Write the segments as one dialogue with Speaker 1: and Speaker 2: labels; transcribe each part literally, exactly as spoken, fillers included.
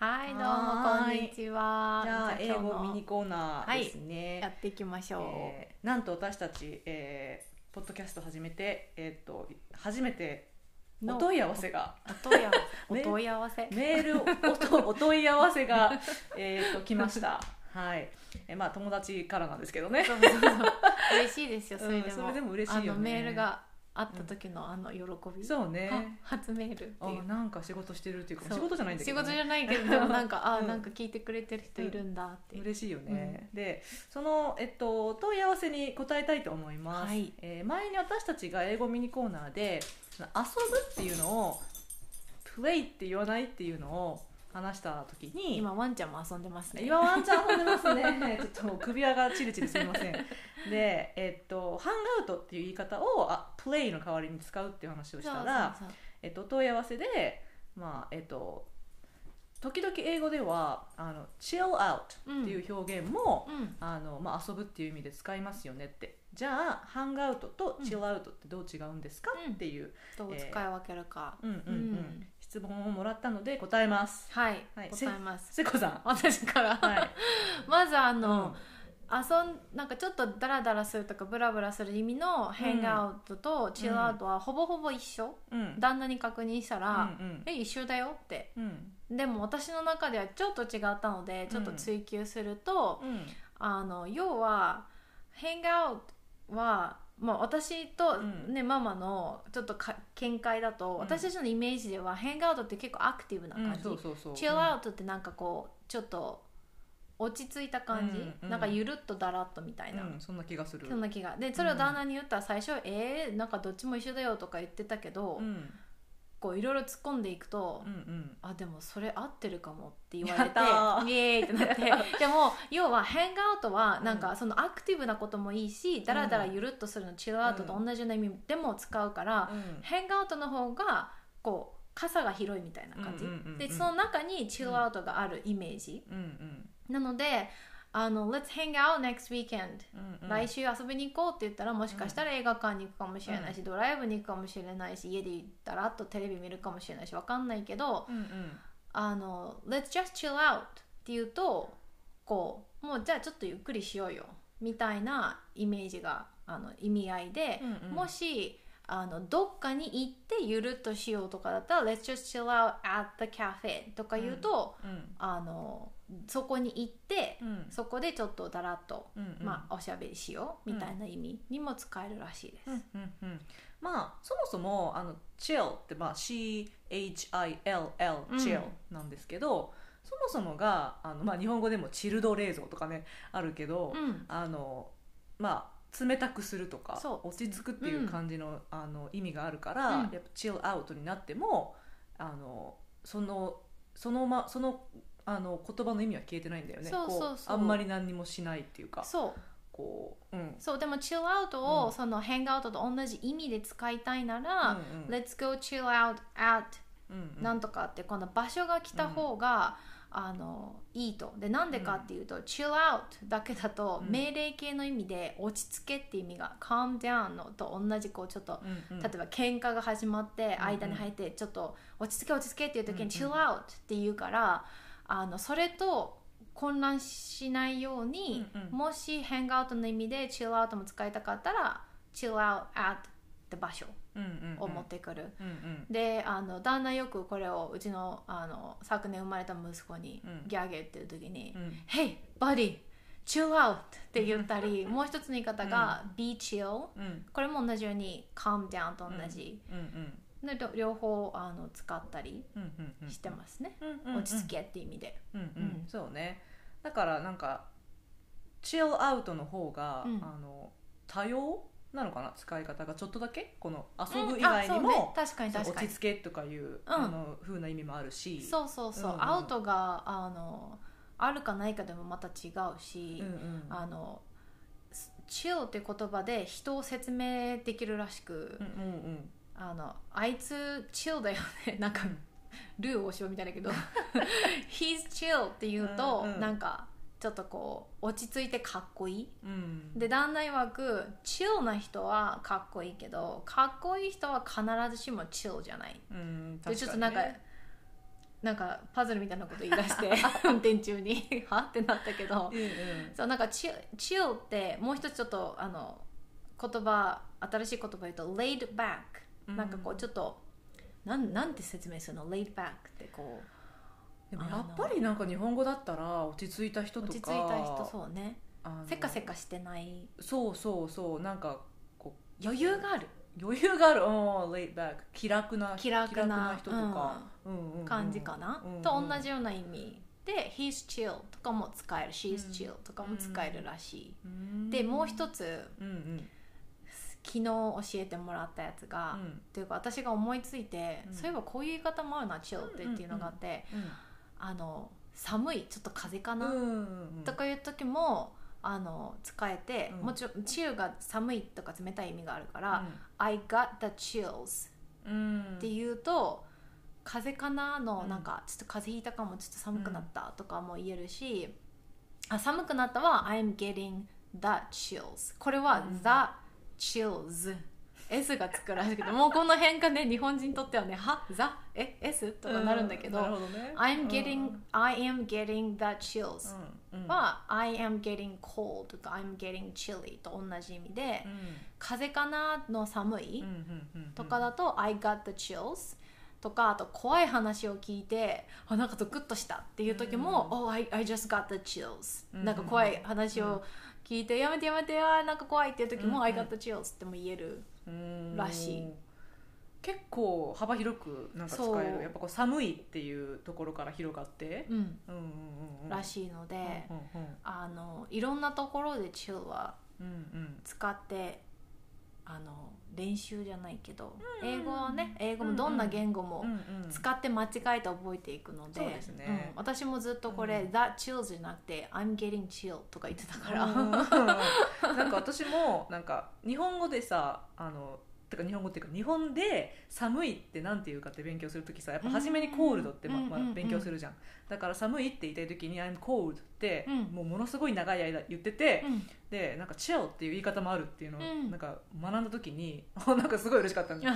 Speaker 1: はい、どうもこんにちは。
Speaker 2: じゃあ英
Speaker 1: じゃあ今日の
Speaker 2: 語ミニコーナーですね、
Speaker 1: やっていきましょう。
Speaker 2: えーなんと私たち、えーポッドキャスト始めて、えー、と初めてお
Speaker 1: の
Speaker 2: 問い合わせが
Speaker 1: お問い合わせ、
Speaker 2: ね
Speaker 1: お問い合わせ。
Speaker 2: メールおとお問い合わせがえーと来ましたはい、えーまあ友達からなんですけどね。
Speaker 1: そうそうそう。嬉しいですよ。それでも、
Speaker 2: うんそれでも嬉しいよね。
Speaker 1: あのメールがあった時のあの喜び。
Speaker 2: そうね。
Speaker 1: あ初メールって
Speaker 2: あ
Speaker 1: いう。
Speaker 2: なんか仕事してるっていうか
Speaker 1: そう
Speaker 2: 仕事じゃないんだけど、ね、
Speaker 1: 仕事じゃないけどでもなんかあ、
Speaker 2: うん
Speaker 1: なんか聞いてくれてる人いるんだっていう。
Speaker 2: 嬉しいよね、うん、でその、えっと、問い合わせに答えたいと思います、
Speaker 1: はい
Speaker 2: えー前に私たちが英語ミニコーナーで遊ぶっていうのをプレイって言わないっていうのを話した時に
Speaker 1: 今ワンちゃんも遊んでますね。
Speaker 2: 今ワンちゃん遊んでますねちょっともう首輪がチリチリすみませんで、えっと、ハングアウトっていう言い方をあプレイの代わりに使うっていう話をしたら、
Speaker 1: そうそうそう
Speaker 2: えっと、問い合わせで、まあえっと時々英語ではあの chill out っていう表現も、
Speaker 1: うん、
Speaker 2: あのまあ、遊ぶっていう意味で使いますよねって。じゃあハングアウトと chill out ってどう違うんですか、
Speaker 1: うん、
Speaker 2: っていう
Speaker 1: どう使い分けるか、
Speaker 2: うんうんうんうん、質問をもらったので答えます。
Speaker 1: はい、
Speaker 2: はい、
Speaker 1: 答えます。
Speaker 2: せこさん
Speaker 1: 私から、
Speaker 2: はい、
Speaker 1: まずあの、
Speaker 2: うん
Speaker 1: 遊んなんかちょっとダラダラするとかブラブラする意味のヘングアウトとチルアウトはほぼほぼ一緒、
Speaker 2: うん、
Speaker 1: 旦那に確認したら、
Speaker 2: うんうん、
Speaker 1: え一緒だよって、
Speaker 2: うん、
Speaker 1: でも私の中ではちょっと違ったのでちょっと追求すると、
Speaker 2: うん、
Speaker 1: あの要はヘングアウトは、まあ、私と、ねうん、ママのちょっとか見解だと、うん、私たちのイメージではヘングアウトって結構アクティブな感じ、チルアウトってなんかこうちょっと落ち着いた感じ、うんうん、なんかゆるっとだらっとみたいな、
Speaker 2: うん、そんな気がする。
Speaker 1: そんな気がでそれを旦那に言ったら最初、うん、えー、なんかどっちも一緒だよとか言ってたけど、うん、こういろいろ突っ込んでいくと、うんうん、あでもそれ合ってるかもって言われてイエーイってなってでも要はヘングアウトはなんかそのアクティブなこともいいし、だらだらゆるっとするのチルアウトと同じような意味でも使うから、うん、ヘングアウトの方がこう傘が広いみたいな感じ、うんうんうんうん、でその中にチルアウトがあるイメージ、うんうん、なのであの Let's hang out next weekend、うんうん、来週遊びに行こうって言ったらもしかしたら映画館に行くかもしれないし、うん、ドライブに行くかもしれないし家で行ったらあとテレビ見るかもしれないし分かんないけど、うんうん、あの Let's just chill out って言うとこうもうじゃあちょっとゆっくりしようよみたいなイメージがあの意味合いで、うんうん、もしあのどっかに行ってゆるっとしようとかだったら Let's just chill out at the cafe とか言うと、うんうん、あのそこに行って、うん、そこでちょっとだらっと、うんうんまあ、おしゃべりしようみたいな意味にも使えるらしいです、うんうんうん、
Speaker 2: まあそもそもあの chill って、まあ、シーエイチアイエルエル chill なんですけど、うん、そもそもがあの、まあ、日本語でもチルド冷蔵とかねあるけど、うん、あのまあ冷たくするとか落ち着くっていう感じの、うん、あの意味があるから、うん、やっぱチルアウトになってもあのそのそのまそのあの言葉の意味は消えてないんだよね。
Speaker 1: そうそうそう
Speaker 2: こうあんまり何にもしないっていうか。
Speaker 1: そう
Speaker 2: こう、うん、
Speaker 1: そうでもチルアウトを、うん、そのヘングアウトと同じ意味で使いたいなら、うんうん、Let's go chill out at、うんうん、なんとかってこの場所が来た方が、うん、あのいいと。でなんでかっていうと、うん、chill out だけだと、うん、命令形の意味で落ち着けって意味が calm down のと同じこうちょっと、うんうん、例えば喧嘩が始まって間に入ってちょっと落ち着け落ち着けっていう時に、うんうん、chill out って言うからあのそれと混乱しないように、うんうん、もしヘングアウトの意味で chill out も使いたかったら chill out at the 場所を持ってくる、うんうんうん、であの旦那よくこれをうち の, あの昨年生まれた息子にギャーギャー言ってる時に、うん、Hey buddy chill out って言ったりもう一つの言い方が、うん、be chill、うん、これも同じように calm down と同じ、うんうんうんで両方あの使ったりしてますね、うんうんうん、落ち着けって意味で、
Speaker 2: うんうんうん、そうね。だからなんかチルアウトの方が、うん、あの多様なのかな使い方がちょっとだけこの遊ぶ以外にも、うんね、
Speaker 1: 確かに確かに
Speaker 2: 落ち着けとかいう、うん、あの風な意味もあるし
Speaker 1: そうそうそう、うんうん、アウトがあのあるかないかでもまた違うし、うんうん、あのチルって言葉で人を説明できるらしく、うんうんうんあのあいつチルだよねなんかルー大塩みたいだけどHe's chill って言うと、うんうん、なんかちょっとこう落ち着いてかっこいい、うん、で旦那曰くチルな人はかっこいいけどかっこいい人は必ずしもチルじゃない、うん、でちょっとなんかなんかパズルみたいなこと言い出して運転中にはってなったけど、うんうん、そうなんかチル、チルってもう一つちょっとあの言葉新しい言葉言うと laid back、うん、なんかこうちょっとなんなんて説明するの laid back ってこう
Speaker 2: でもやっぱりなんか日本語だったら落ち着いた人とか
Speaker 1: 落ち着いた人そうねせかせかしてない
Speaker 2: そうそうそうなんかこう
Speaker 1: 余裕がある
Speaker 2: 余裕がある、うん、laid back 気楽な
Speaker 1: 気楽 な, 気楽な
Speaker 2: 人とか、うんうんうんうん、
Speaker 1: 感じかな、うんうん、と同じような意味で he's chill とかも使える she's chill とかも使えるらしい、うん、でもう一つ、うんうん、昨日教えてもらったやつが、うん、っていうか私が思いついて、うん、そういえばこういう言い方もあるな chill ってっていうのがあって、うんうんうん、あの寒いちょっと風かな、うんうんうん、とかいう時もあの使えて、うん、もちろんチルが寒いとか冷たい意味があるから、うん、I got the chills、うん、っていうと風邪かなの、うん、なんかちょっと風邪ひいたかもちょっと寒くなったとかも言えるし、うん、あ寒くなったは I'm getting the chills これは、うん、the chills S がつくらしいけどもうこの辺がね日本人にとってはねはザえ S とかなるんだけど、うん、なるほどね、I'm getting、うん、I am getting the chills、うんうん、は I am getting cold とか I'm getting chilly と同じ意味で、うん、風かなの寒い、うん、とかだと I got the chills とかあと怖い話を聞いてあなんかゾクッとしたっていう時も、うん、Oh I, I just got the chills、うん、なんか怖い話を聞いて、うん、やめてやめてあなんか怖いっていう時も、うん、I got the chills っても言えるらしい。
Speaker 2: 結構幅広くなんか使えるやっぱこう寒いっていうところから広がって、うんうんうんうん、
Speaker 1: らしいので、うんうんうん、あのいろんなところでチルは使って、うんうん、あの練習じゃないけど、うんうん、英語はね英語もどんな言語も使って間違えて覚えていくので、うんうんうん、私もずっとこれ、うん、That chills じゃなくて I'm getting chill とか言ってたから、うん、なん
Speaker 2: か私もなんか日本語でさあのてか日本語っていうか日本で寒いってなんていうかって勉強するときさやっぱ初めにコールドって、ままあ、勉強するじゃん、だから寒いって言いたいときに I'm cold って、うん、もうものすごい長い間言ってて、うん、でなんか chill っていう言い方もあるっていうのを、うん、なんか学んだときになんかすごい嬉しかったんだ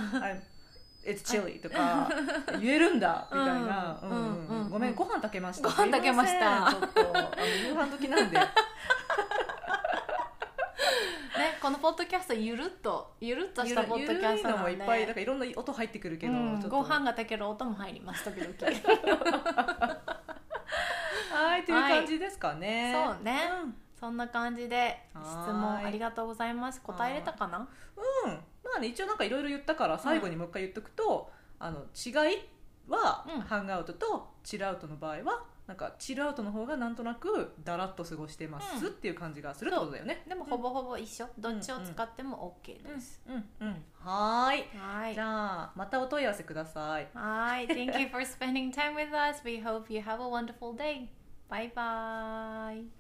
Speaker 2: It's chilly とか言えるんだみたいな、うんうんうんうん、ごめんご飯炊けました
Speaker 1: ご飯炊けました
Speaker 2: ちょっとあの夕飯時なんで
Speaker 1: ね、このポッドキャストゆるっとゆるっとしたポッドキャストなんで
Speaker 2: ゆるいのもいっぱいだからいろんな音入ってくるけど、うん、ちょっと
Speaker 1: ご飯が炊ける音も入ります時々
Speaker 2: はいという感じですかね、
Speaker 1: はい、そうね、うん、そんな感じで質問ありがとうございます。答えれたかな。
Speaker 2: うんまあね一応なんかいろいろ言ったから最後にもう一回言っとくと、うん、あの違いは、うん、ハングアウトとチルアウトの場合はなんかチルアウトの方がなんとなくだらっと過ごしてます、うん、っていう感じがするってことだよね。
Speaker 1: でもほぼほぼ一緒、うん、どっちを使っても OK です。
Speaker 2: うんうん、うんうん、はい。はいじゃあまたお問い合わせください。
Speaker 1: はい Thank you for spending time with us. We hope you have a wonderful day. Bye bye.